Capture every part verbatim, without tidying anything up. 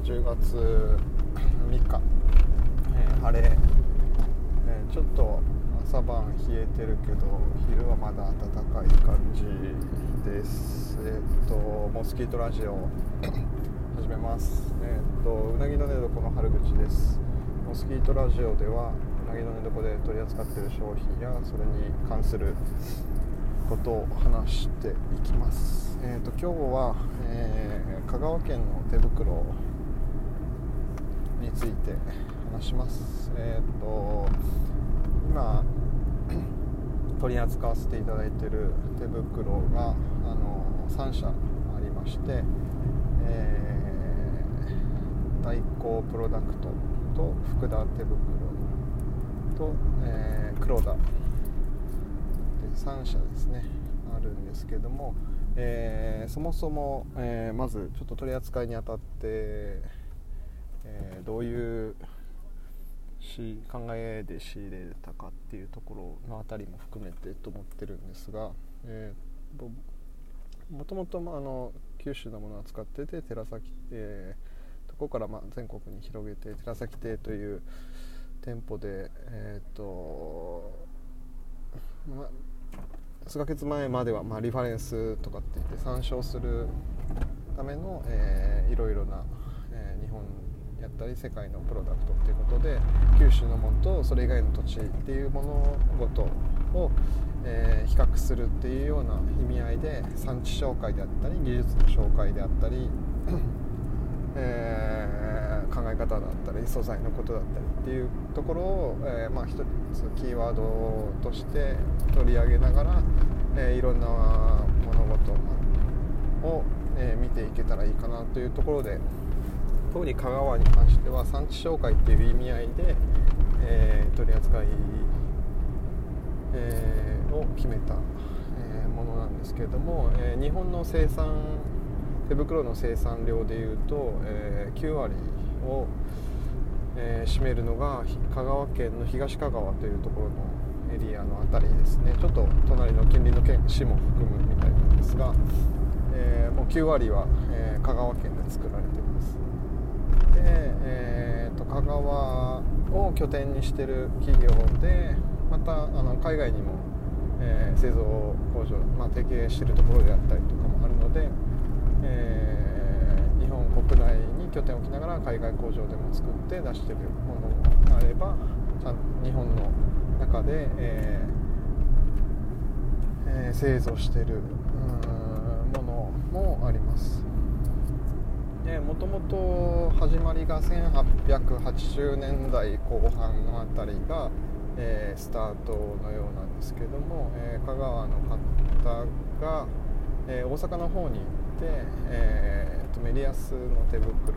じゅうがつみっか、えー、晴れ、えー、ちょっと朝晩冷えてるけど昼はまだ暖かい感じです。えっ、ー、とモスキートラジオ始めます。えっ、ー、とうなぎの寝床の春口です。モスキートラジオではうなぎの寝床で取り扱っている商品やそれに関することを話していきます。えー、と今日は、えー、香川県の手袋について話します。えー、と今取り扱わせていただいている手袋があのさんしゃありまして、えー、大光プロダクトと福田手袋と、えー、黒田さんしゃですねあるんですけども、えー、そもそも、えー、まずちょっと取り扱いにあたって、えー、どういうし考えで仕入れたかっていうところのあたりも含めてと思ってるんですが、えー、もともと、まあ、あの九州のものを扱ってて寺崎、えー、とこからまあ全国に広げて寺崎亭という店舗で、えーとま数ヶ月前までは、まあ、リファレンスとかって言って参照するための、えー、いろいろな、えー、日本やったり世界のプロダクトっていうことで九州のものとそれ以外の土地っていう物事を、えー、比較するっていうような意味合いで産地紹介であったり技術の紹介であったり、えー、考え方だったり素材のことだったりっていうところを、えーまあ、一つキーワードとして取り上げながら、えー、いろんな物事を、えー、見ていけたらいいかなというところで、特に香川に関しては産地紹介っていう意味合いで、えー、取り扱い、えー、を決めた、えー、ものなんですけれども、えー、日本の生産手袋の生産量でいうと、えー、きゅうわりを、えー、占めるのが香川県の東香川というところのエリアのあたりですね。ちょっと隣の近隣の県市も含むみたいなんですが、えー、もうきゅうわりは、えー、香川県で作られています。で、えー、と香川を拠点にしている企業でまたあの海外にも、えー、製造工場、まあ、提携しているところであったりとかもあるので、えー、日本国内に拠点を置きながら海外工場でも作って出しているものもあれば、日本の中で、えーえー、製造しているものもあります。もともと始まりがせんはっぴゃくはちじゅうねんだいこう半のあたりが、えー、スタートのようなんですけども、えー、香川の方が、えー、大阪の方に行って、えー、とメリヤスの手袋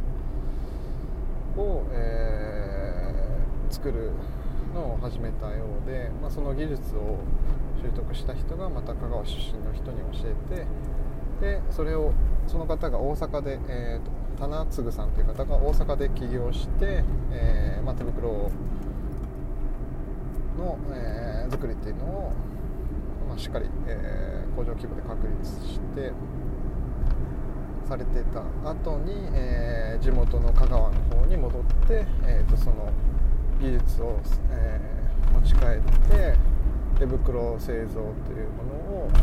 を、えー、作るのを始めたようで、まあ、その技術を習得した人がまた香川出身の人に教えて、でそれをその方が大阪で、えー、と棚次さんという方が大阪で起業して、えーまあ、手袋の、えー、作りっていうのを、まあ、しっかり、えー、工場規模で確立してされてた後に、えー、地元の香川の方に戻って、えー、とその技術を、えー、持ち帰って手袋製造というものを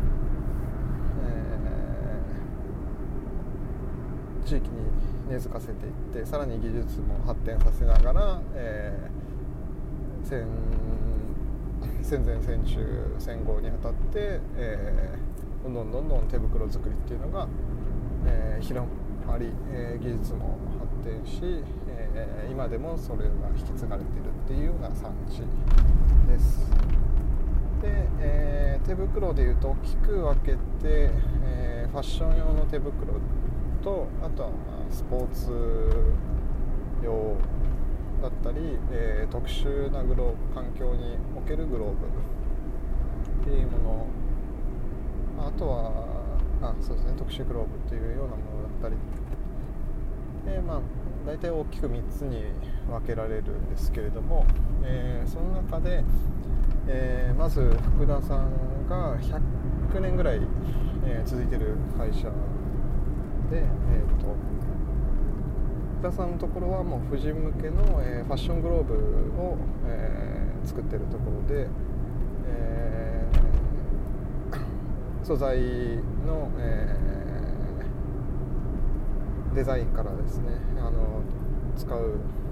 地域に根付かせていって、さらに技術も発展させながら、えー、戦, 戦前戦中戦後にあたって、えー、どんどんどんどん手袋作りっていうのが、えー、広まり、えー、技術も発展し、えー、今でもそれが引き継がれているっていうような産地です。で、えー、手袋でいうと大きく分けて、えー、ファッション用の手袋と、あとはまあスポーツ用だったり、えー、特殊なグローブ、環境におけるグローブっていうもの、あとはあそうですね特殊グローブっていうようなものだったりで、まあ大体大きくみっつに分けられるんですけれども、えー、その中で、えー、まず福田さんがひゃくねんぐらい、えー、続いてる会社で、えーと田さんのところはもう婦人向けの、えー、ファッショングローブを、えー、作ってるところで、えー、素材の、えー、デザインからですね、あの使うあの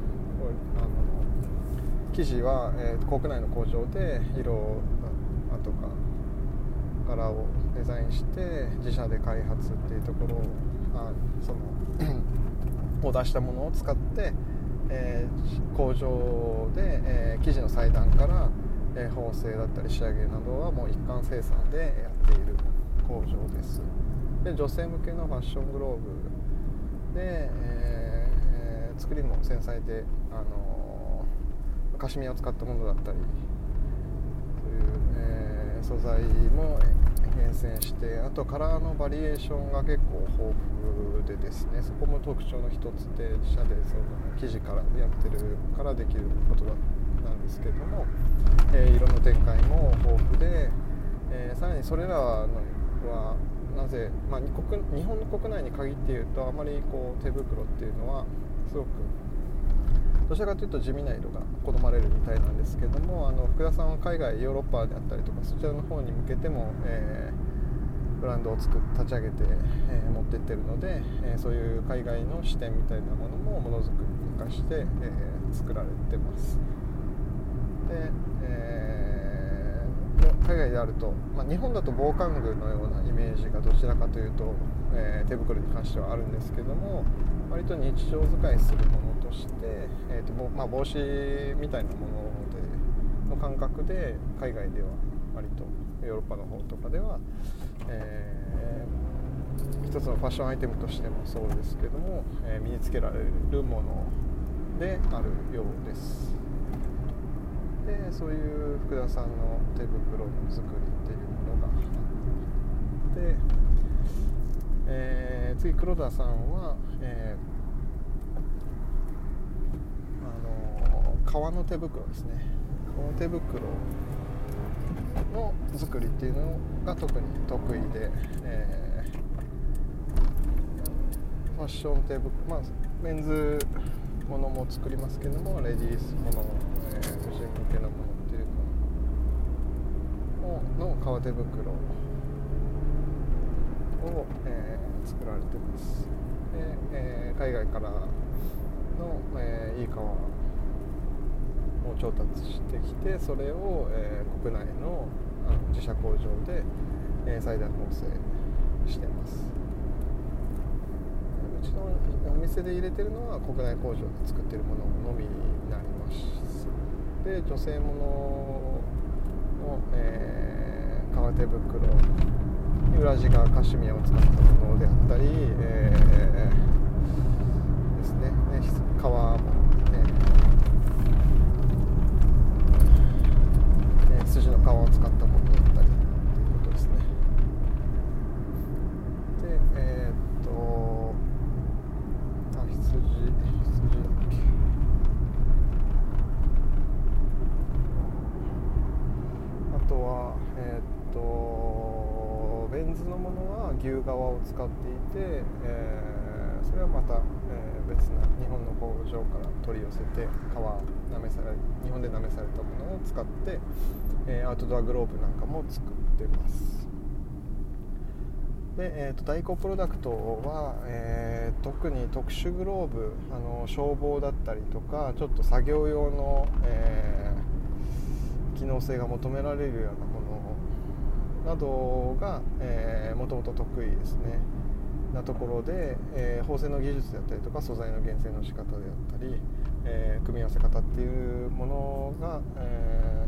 生地は、えー、国内の工場で色とか柄をデザインして自社で開発っていうところをあそのを出したものを使って、えー、工場で、えー、生地の裁断から、えー、縫製だったり仕上げなどはもう一貫生産でやっている工場です。で女性向けのファッショングローブで、えー、作りも繊細で、あのー、カシミヤを使ったものだったりという、えー、素材も厳選して、あとカラーのバリエーションが結構豊富でですね、そこも特徴の一つで、自社でその生地からやってるからできることなんですけれども、えー、色の展開も豊富で、えー、さらにそれらのはなぜ、まあ、国日本の国内に限って言うとあまりこう手袋っていうのはすごくどちらかというと地味な色が好まれるみたいなんですけども、あの福田さんは海外ヨーロッパであったりとかそちらの方に向けても、えー、ブランドを作立ち上げて、えー、持っていってるので、えー、そういう海外の視点みたいなものもものづくりに生かして、えー、作られてます。で、えー、海外であると、まあ、日本だと防寒具のようなイメージがどちらかというと、えー、手袋に関してはあるんですけども、割と日常使いするものとして、えーとまあ、帽子みたいなものでの感覚で海外では割とヨーロッパの方とかでは、えー、一つのファッションアイテムとしてもそうですけども、えー、身につけられるものであるようです。でそういう福田さんの手袋の作りっていうものがあって、えー、次黒田さんは、えー、あの革の手袋ですね。革の手袋の作りっていうのが特に得意で、えー、ファッション手袋、まあメンズものも作りますけども、レディースもの、えー、女性向けのものっていうのの革手袋を、えー、作られてます。で、えー、海外からの、えー、いい革を調達してきて、それを、えー、国内の、あの自社工場で、えー、裁断縫製してます。うちのお店で入れてるのは国内工場で作ってるもののみになります。で女性ものの、えー、革手袋、裏地がカシミヤを使ったものであったり、えー、ですね、革も、ねえー、筋の革を使ったものだったりということですね。で、えー、っとあ羊羊だっけあとはえー、っとレンズのものは牛革を使っていて、えー、それはまた、えー、別な日本の工場から取り寄せて革なめされ日本でなめされたものを使って、えー、アウトドアグローブなんかも作ってます。で、えー、と代行プロダクトは、えー、特に特殊グローブ、あの消防だったりとかちょっと作業用の、えー、機能性が求められるようなものなどが、えー、もともと得意ですねなところで、えー、縫製の技術であったりとか素材の厳選の仕方であったり、えー、組み合わせ方っていうものが、え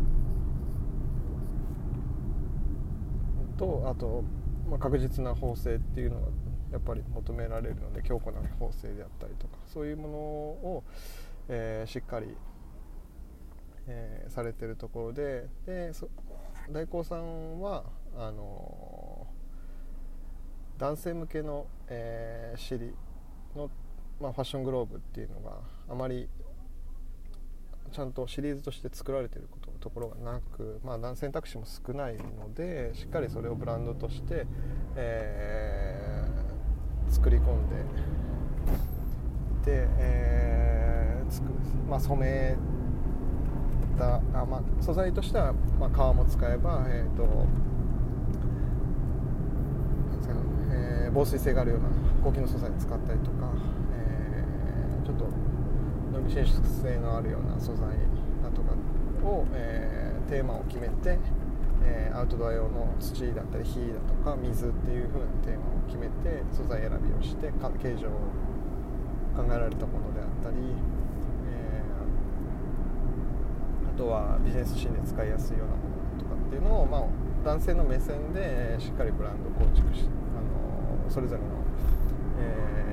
ー、とあとまあ、確実な縫製っていうのがやっぱり求められるので、強固な縫製であったりとかそういうものを、えー、しっかり、えー、されてるところで、で大光さんはあのー、男性向けの、えー、尻の、まあ、ファッショングローブっていうのがあまりちゃんとシリーズとして作られていることところがなく、まあ、選択肢も少ないのでしっかりそれをブランドとして、えー、作り込んでいえー、つくまあ、染めたあ、まあ、素材としては、まあ、革も使えば、えーとえー、防水性があるような高機能素材を使ったりとか、えー、ちょっと伸縮性のあるような素材だとかを、えー、テーマを決めて、えー、アウトドア用の土だったり火だとか水っていう風なテーマを決めて素材選びをして形状を考えられたものであったり、えー、あとはビジネスシーンで使いやすいようなものとかっていうのを、まあ、男性の目線でしっかりブランド構築し、あのー、それぞれの、え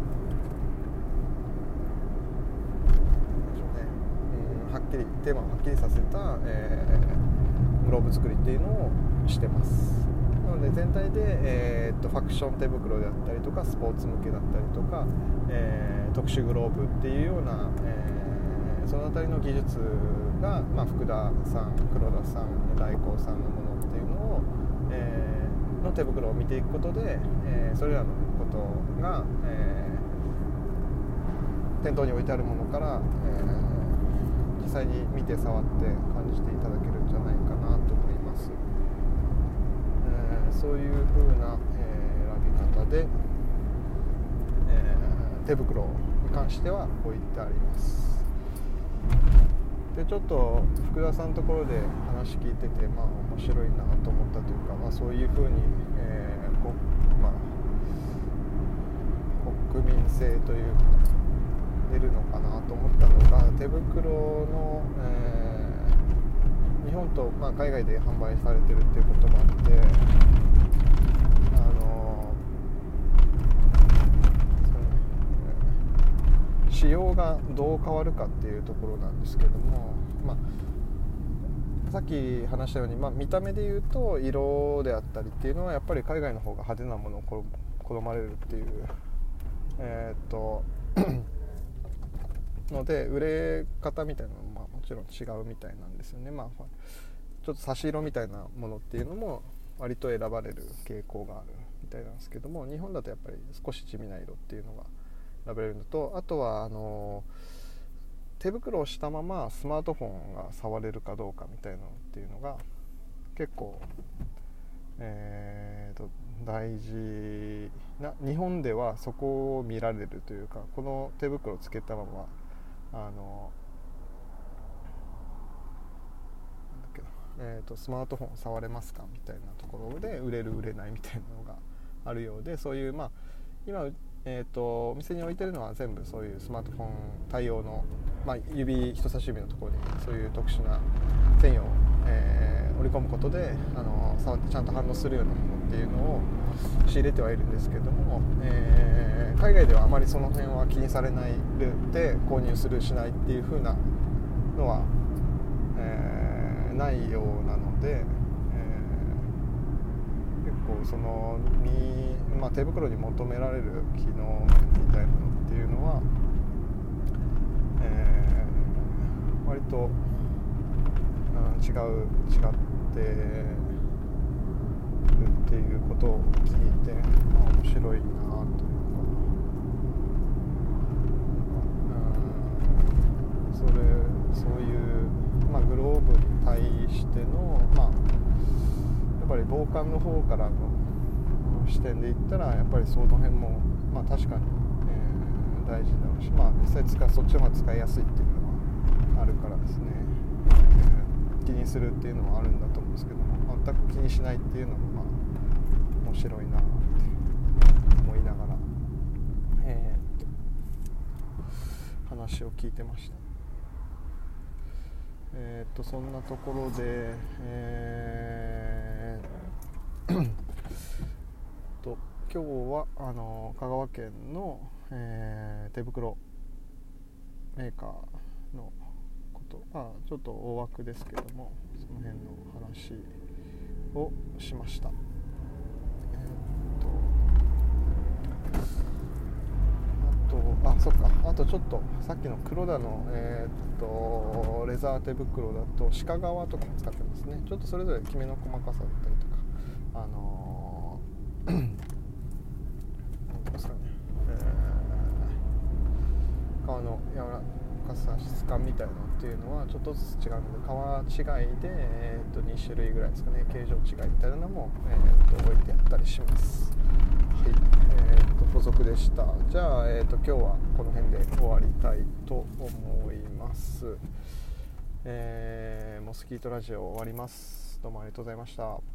ー、はっきりテーマをはっきりさせた、えー、グローブ作りっていうのをしてます。なので全体で、えー、とファクション手袋であったりとかスポーツ向けだったりとか、えー、特殊グローブっていうような、えー、そのあたりの技術が、まあ、福田さん、黒田さん、大光さんのものっていうのを、えー、の手袋を見ていくことで、えー、それらのことが、えー、店頭に置いてあるものから、えー、実際に見て触って感じていただけるんじゃないかなと思います。えー、そういう風な、えー、選び方で、えー、手袋に関しては置いてあります。でちょっと福田さんのところで話聞いてて、まあ、面白いなと思ったというか、まあ、そういう風に、えーこまあ、国民性というか出るのかなと思ったのが手袋の、えー、日本と、まあ、海外で販売されてるっていうこともあって、あの仕様がどう変わるかっていうところなんですけども、まあ、さっき話したように、まあ、見た目で言うと色であったりっていうのはやっぱり海外の方が派手なものを好まれるっていう、えー、っとので売れ方みたいなのも、まあ、もちろん違うみたいなんですよね。まあ、ちょっと差し色みたいなものっていうのも割と選ばれる傾向があるみたいなんですけども、日本だとやっぱり少し地味な色っていうのが選べるのと、あとはあの手袋をしたままスマートフォンが触れるかどうかみたいなのっていうのが結構、えー、と大事な、日本ではそこを見られるというか、この手袋をつけたままあのなんだっけな、えー、とスマートフォン触れますかみたいなところで売れる売れないみたいなのがあるようで、そういう、まあ、今えー、とお店に置いてるのは全部そういうスマートフォン対応の、まあ、指人差し指のところにそういう特殊な繊維を、えー、織り込むことであの触ってちゃんと反応するようなものっていうのを仕入れてはいるんですけども、えー、海外ではあまりその辺は気にされないで購入するしないっていう風なのは、えー、ないようなので、結構そのに、まあ、手袋に求められる機能みたいなのっていうのは、えー、割と、うん、違う違ってるっていうことを聞いて、まあ、面白いなというか、うん、それそういう、まあ、グローブに対しての、まあやっぱり防寒の方からの視点で言ったらやっぱりその辺も、まあ、確かに、えー、大事だろうし、まあ、実際使そっちの方が使いやすいっていうのはあるからですね、えー、気にするっていうのはあるんだと思うんですけども、全く気にしないっていうのも、まあ、面白いなって思いながら、えー、話を聞いてました。えー、とそんなところで、えー、と今日はあの香川県の、えー、手袋メーカーのこと、まあ、ちょっと大枠ですけどもその辺の話をしました。えー、とあそっかあとちょっとさっきの黒田の、えー、っとレザー手袋だと鹿革とかも使ってますね。ちょっとそれぞれきめの細かさだったりとか、あのー、なんていうんですかね、 の柔らかさ質感みたいなのっていうのはちょっとずつ違うので、革違いで、えー、とに種類ぐらいですかね、形状違いみたいなのも、えー、と置いてあったりします。はい、えー、と補足でした。じゃあ、えー、と今日はこの辺で終わりたいと思います。えー、モスキートラジオ終わります。どうもありがとうございました。